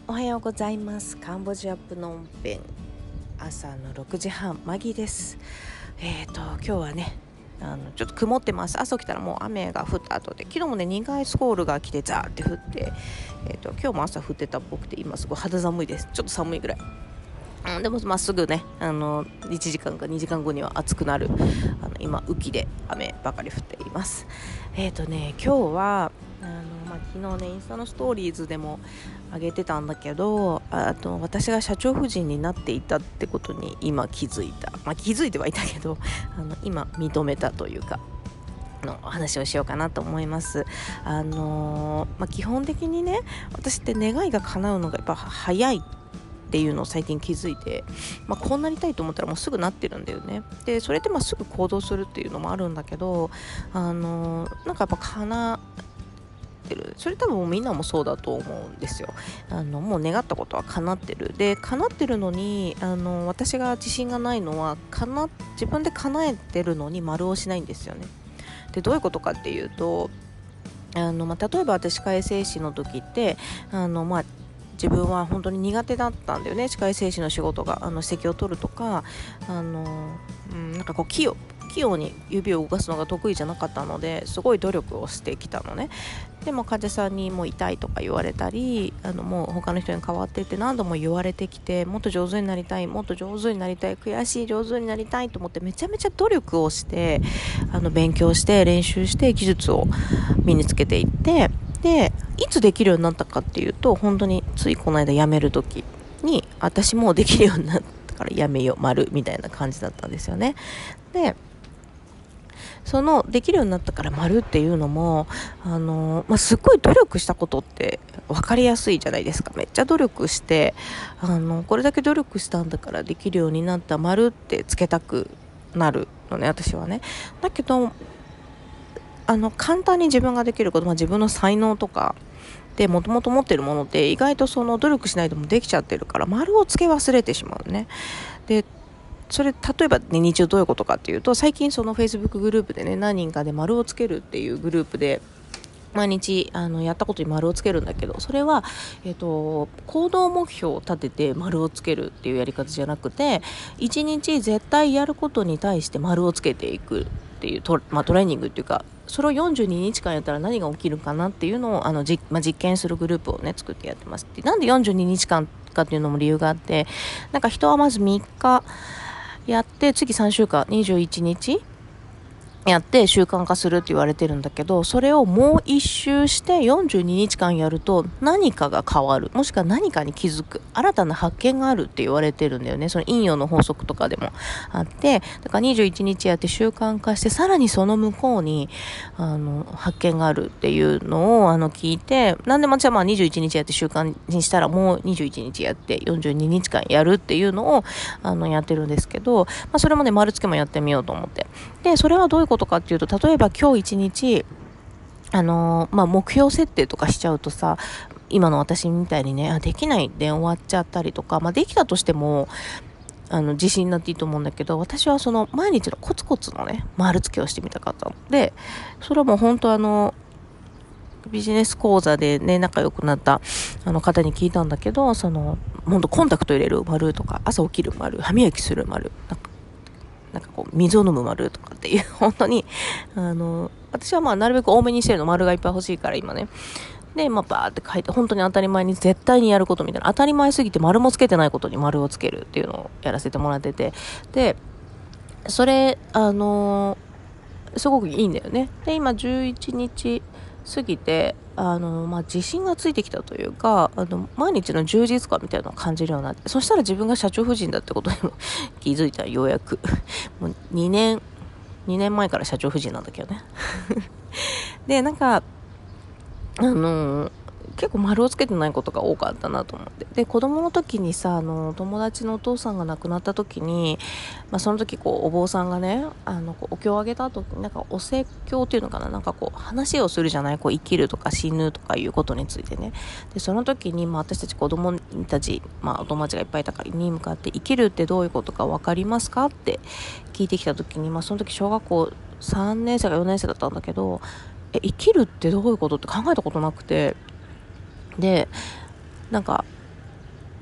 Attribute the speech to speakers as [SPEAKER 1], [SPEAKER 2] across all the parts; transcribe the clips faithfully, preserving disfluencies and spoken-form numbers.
[SPEAKER 1] おはようございます。カンボジアプノンペン朝のろくじはん、マギです。えーと今日はねあのちょっと曇ってます。朝起きたらもう雨が降った後で、昨日もね苦いスコールが来てザーって降って、えーと今日も朝降ってたっぽくて、今すごい肌寒いです。ちょっと寒いぐらい。うん、でもまっすぐねあのいちじかんかにじかんごには暑くなる。あの今雨季で雨ばかり降っています。えーとね今日はあの、まあ、昨日ねインスタのストーリーズでも上げてたんだけど、あと私が社長夫人になっていたってことに今気づいた、まあ、気づいてはいたけどあの今認めたというかのお話をしようかなと思います。あのーまあ、基本的にね私って願いが叶うのがやっぱ早いっていうのを最近気づいて、まあ、こうなりたいと思ったらもうすぐなってるんだよね。でそれってまあすぐ行動するっていうのもあるんだけど、あのーなんかやっぱ叶ってる、それ多分みんなもそうだと思うんですよ。あのもう願ったことは叶ってる。で叶ってるのにあの私が自信がないのは叶自分で叶えてるのに丸をしないんですよね。でどういうことかっていうと、あの、まあ、例えば私歯科衛生士の時ってあの、まあ、自分は本当に苦手だったんだよね。歯科衛生士の仕事があの指摘を取るとかあの、うん、なんかこう器用器用に指を動かすのが得意じゃなかったので、すごい努力をしてきたのね。でも患者さんにもう痛いとか言われたり、あのもう他の人に変わってって何度も言われてきて、もっと上手になりたいもっと上手になりたい悔しい上手になりたいと思ってめちゃめちゃ努力をしてあの勉強して練習して技術を身につけていって、でいつできるようになったかっていうと、本当についこの間辞める時に私もできるようになったから辞めよう丸みたいな感じだったんですよね。でそのできるようになったから丸っていうのもあの、まあ、すっごい努力したことって分かりやすいじゃないですか。めっちゃ努力してあのこれだけ努力したんだからできるようになった丸ってつけたくなるのね、私はね。だけどあの簡単に自分ができること、まあ、自分の才能とかでもともと持ってるものって意外とその努力しないでもできちゃってるから丸をつけ忘れてしまうね。でそれ例えば、ね、日常どういうことかっていうと、最近その Facebook グループでね何人かで丸をつけるっていうグループで毎日あのやったことに丸をつけるんだけど、それは、えーと、行動目標を立てて丸をつけるっていうやり方じゃなくて、いちにち絶対やることに対して丸をつけていくっていうト、まあ、トレーニングっていうか、それをよんじゅうににちかんやったら何が起きるかなっていうのをあのじ、まあ、実験するグループをね作ってやってます。でなんでよんじゅうににちかんかっていうのも理由があって、なんか人はまずみっかやって次さんしゅうかんにじゅういちにちやって習慣化するって言われてるんだけど、それをもう一周してよんじゅうににちかんやると何かが変わる、もしくは何かに気づく新たな発見があるって言われてるんだよね。その陰陽の法則とかでもあって、だからにじゅういちにちやって習慣化して、さらにその向こうにあの発見があるっていうのをあの聞いて、なんで私はまあにじゅういちにちやって習慣にしたらもうにじゅういちにちやってよんじゅうににちかんやるっていうのをあのやってるんですけど、まあ、それもね丸つけもやってみようと思って、でそれはどういうことかっていうと、例えば今日一日あのーまあ、目標設定とかしちゃうとさ、今の私みたいにねあできないで終わっちゃったりとか、まあ、できたとしてもあの自信になっていいと思うんだけど、私はその毎日のコツコツのね丸つけをしてみたかったので、それはもう本当あのビジネス講座でね仲良くなったあの方に聞いたんだけど、その本当コンタクト入れる丸とか朝起きる丸、歯磨きする丸、なんかなんかこう水を飲む丸とかっていう本当にあの私はまあなるべく多めにしてるの、丸がいっぱい欲しいから今ね。でまあバーって書いて、本当に当たり前に絶対にやることみたいな、当たり前すぎて丸もつけてないことに丸をつけるっていうのをやらせてもらってて、でそれあのすごくいいんだよね。で今じゅういちにち過ぎてあの、まあ、自信がついてきたというか、あの毎日の充実感みたいなのを感じるようになって、そしたら自分が社長夫人だってことにも気づいた。ようやくもうにねんにねんまえから社長夫人なんだけどねでなんかあのー結構丸をつけてないことが多かったなと思って、で子供の時にさ、あの友達のお父さんが亡くなった時に、まあ、その時こうお坊さんがねあのこうお経をあげた後になんかお説教っていうのかな、なんかこう話をするじゃない、こう生きるとか死ぬとかいうことについてね。でその時に、まあ、私たち子供たち、まあ、お友達がいっぱいいたからに向かって、生きるってどういうことか分かりますかって聞いてきた時に、まあ、その時小学校さんねん生かよねん生だったんだけど、え生きるってどういうことって考えたことなくて、でなんか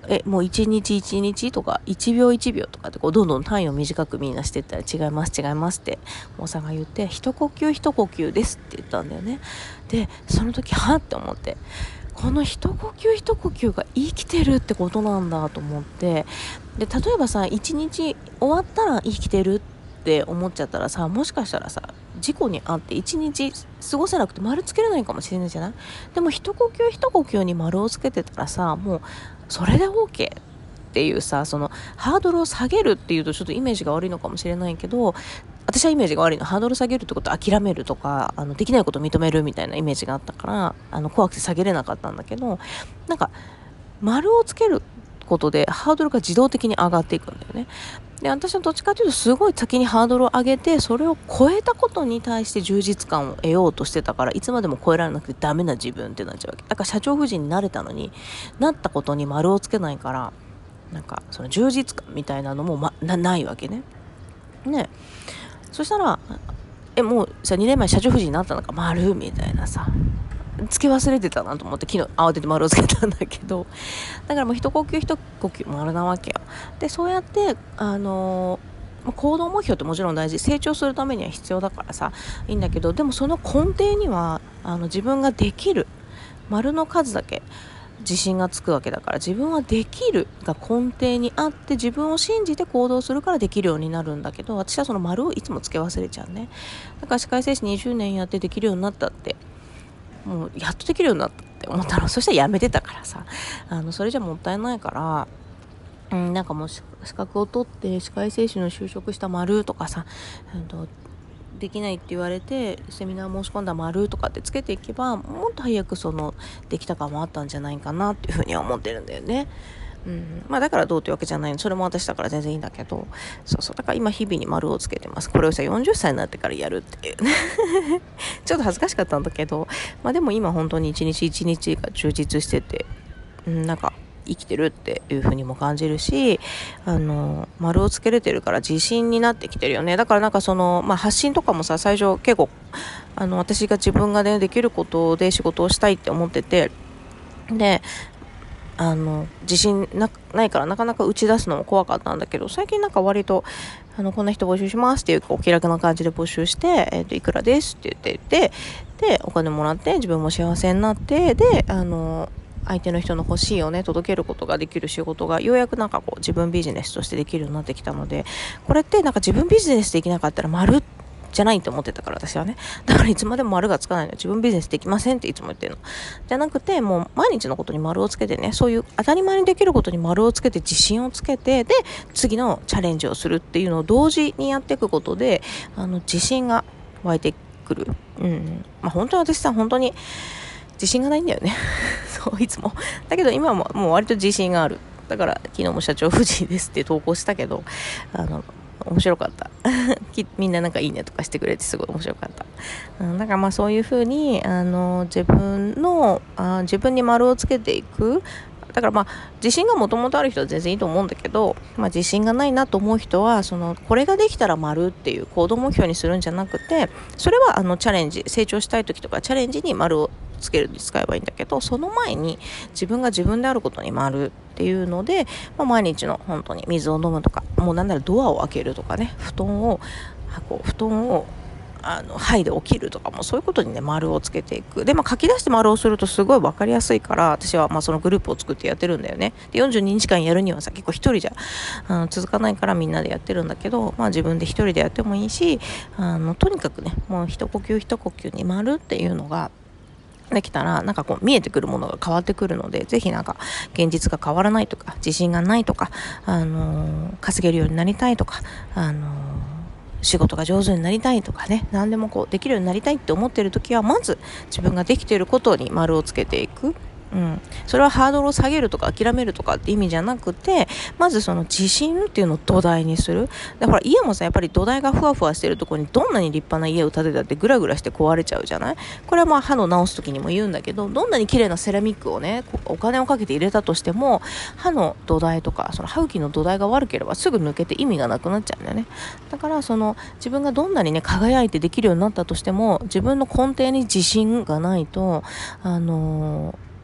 [SPEAKER 1] えもう一日一日とかいちびょういちびょうとかってこうどんどん単位を短くみんなしていったら、違います違いますっておさんが言って、一呼吸一呼吸ですって言ったんだよね。でその時はって思って、この一呼吸一呼吸が生きてるってことなんだと思って、で例えばさ一日終わったら生きてるって思っちゃったらさ、もしかしたらさ事故にあって一日過ごせなくて丸つけれないかもしれないじゃない。でも一呼吸一呼吸に丸をつけてたらさ、もうそれで OK っていうさ、そのハードルを下げるっていうとちょっとイメージが悪いのかもしれないけど、私はイメージが悪いの、ハードル下げるってことは諦めるとか、あのできないことを認めるみたいなイメージがあったから、あの怖くて下げれなかったんだけど、なんか丸をつけることでハードルが自動的に上がっていくんだよね。で私はどっちかというとすごい先にハードルを上げて、それを超えたことに対して充実感を得ようとしてたから、いつまでも超えられなくてダメな自分ってなっちゃうわけだから、社長夫人になれたのになったことに丸をつけないから、なんかその充実感みたいなのも、ま、な, ないわけね。ねそしたらえもうさにねんまえ社長夫人になったのか丸みたいなさ、つけ忘れてたなと思って昨日慌てて丸をつけたんだけど、だからもう一呼吸一呼吸丸なわけよ。でそうやってあのー、行動目標ってもちろん大事、成長するためには必要だからさいいんだけど、でもその根底にはあの自分ができる丸の数だけ自信がつくわけだから、自分はできるが根底にあって、自分を信じて行動するからできるようになるんだけど、私はその丸をいつもつけ忘れちゃうね。だから歯科衛生士にじゅうねんやってできるようになったって、もうやっとできるようになったって思ったの。そしたらやめてたからさ、あのそれじゃもったいないから、うん、なんかもう資格を取って歯科衛生士の就職した丸とかさ、うんとできないって言われてセミナー申し込んだ丸とかってつけていけば、もっと早くそのできた感もあったんじゃないかなっていうふうには思ってるんだよね。うんまあ、だからどうってわけじゃないの、それも私だから全然いいんだけど、そうそうだから今日々に丸をつけてます。これをさよんじゅっさいになってからやるっていうねちょっと恥ずかしかったんだけど、まあ、でも今本当に一日一日が充実してて、うん、なんか生きてるっていう風にも感じるし、あの丸をつけれてるから自信になってきてるよね。だからなんかその、まあ、発信とかもさ最初結構あの私が自分がねできることで仕事をしたいって思ってて、であの自信 な, ないからなかなか打ち出すのも怖かったんだけど、最近なんか割とあのこんな人募集しますっていうお気楽な感じで募集して、えー、といくらですって言ってでお金もらって自分も幸せになって、であの相手の人の欲しいをね届けることができる仕事がようやくなんかこう自分ビジネスとしてできるようになってきたので、これってなんか自分ビジネスできなかったら丸じゃないって思ってたから私はね、だからいつまでも丸がつかないの、自分ビジネスできませんっていつも言ってるのじゃなくて、もう毎日のことに丸をつけてね、そういう当たり前にできることに丸をつけて自信をつけて、で次のチャレンジをするっていうのを同時にやっていくことで、あの自信が湧いてくる。うんまあ本当に私さ本当に自信がないんだよねそういつもだけど今はもうもう割と自信がある。だから昨日も社長夫人ですって投稿したけど、あの面白かったみんななんかいいねとかしてくれてすごい面白かった、うん、だからまあそういう風にあの自分のあ自分に丸をつけていく。だからまあ自信がもともとある人は全然いいと思うんだけど、まあ、自信がないなと思う人はそのこれができたら丸っていう行動目標にするんじゃなくて、それはあのチャレンジ成長したい時とかチャレンジに丸をつけるに使えばいいんだけど、その前に自分が自分であることに丸っていうので、まあ、毎日の本当に水を飲むとか、もうなんならドアを開けるとかね、布団をこう布団をあのはいで起きるとかもそういうことにね丸をつけていく。で、まあ、書き出して丸をするとすごい分かりやすいから、私はまあそのグループを作ってやってるんだよね。でよんじゅうににちかんやるにはさ結構一人じゃあの続かないからみんなでやってるんだけど、まあ、自分で一人でやってもいいし、あのとにかくねもう一呼吸一呼吸に丸っていうのができたらなんかこう見えてくるものが変わってくるので、ぜひなんか現実が変わらないとか自信がないとか、あのー、稼げるようになりたいとか、あのー、仕事が上手になりたいとかね、何でもこうできるようになりたいって思ってる時はまず自分ができていることに丸をつけていく。うん、それはハードルを下げるとか諦めるとかって意味じゃなくて、まずその自信っていうのを土台にする。だから家もさやっぱり土台がふわふわしてるところにどんなに立派な家を建てたってグラグラして壊れちゃうじゃない。これはまあ歯の直す時にも言うんだけど、どんなに綺麗なセラミックをねお金をかけて入れたとしても歯の土台とかその歯茎の土台が悪ければすぐ抜けて意味がなくなっちゃうんだよね。だからその自分がどんなにね輝いてできるようになったとしても自分の根底に自信がないとあのー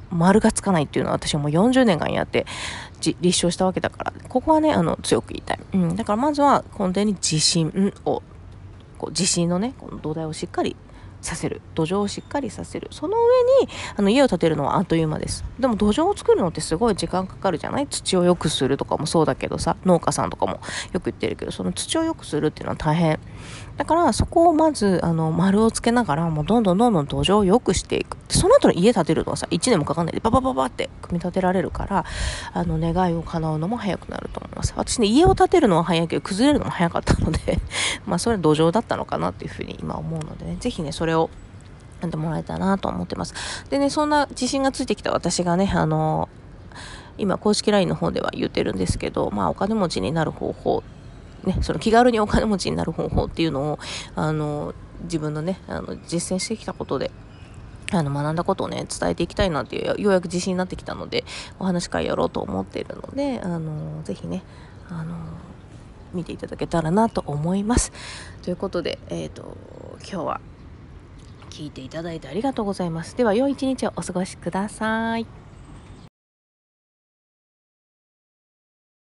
[SPEAKER 1] 丸がつかないっていうのは私はもうよんじゅうねんかんやって立証したわけだから、ここはねあの強く言いたい、うん、だからまずは根底に自信をこう自信のねこの土台をしっかりさせる、土壌をしっかりさせる。その上にあの家を建てるのはあっという間です。でも土壌を作るのってすごい時間かかるじゃない。土を良くするとかもそうだけどさ、農家さんとかもよく言ってるけど、その土を良くするっていうのは大変だから、そこをまずあの丸をつけながらもうどんどんどんどん土壌を良くしていく。その後の家建てるのはさいちねんもかかんないでババババって組み立てられるから、あの願いを叶うのも早くなると思います。私ね家を建てるのは早いけど崩れるのも早かったのでまあそれは土壌だったのかなっていうふうに今思うのでね、ぜひねそれをやってもらえたらなと思ってます。でね、そんな自信がついてきた私がね、あの今公式 ライン の方では言ってるんですけど、まあお金持ちになる方法ね、その気軽にお金持ちになる方法っていうのをあの自分のねあの実践してきたことであの学んだことをね伝えていきたいなっていう、ようやく自信になってきたのでお話会やろうと思っているので、あのぜひねあの見ていただけたらなと思います。ということで、えーと、今日は聞いていただいてありがとうございます。では良い一日をお過ごしください。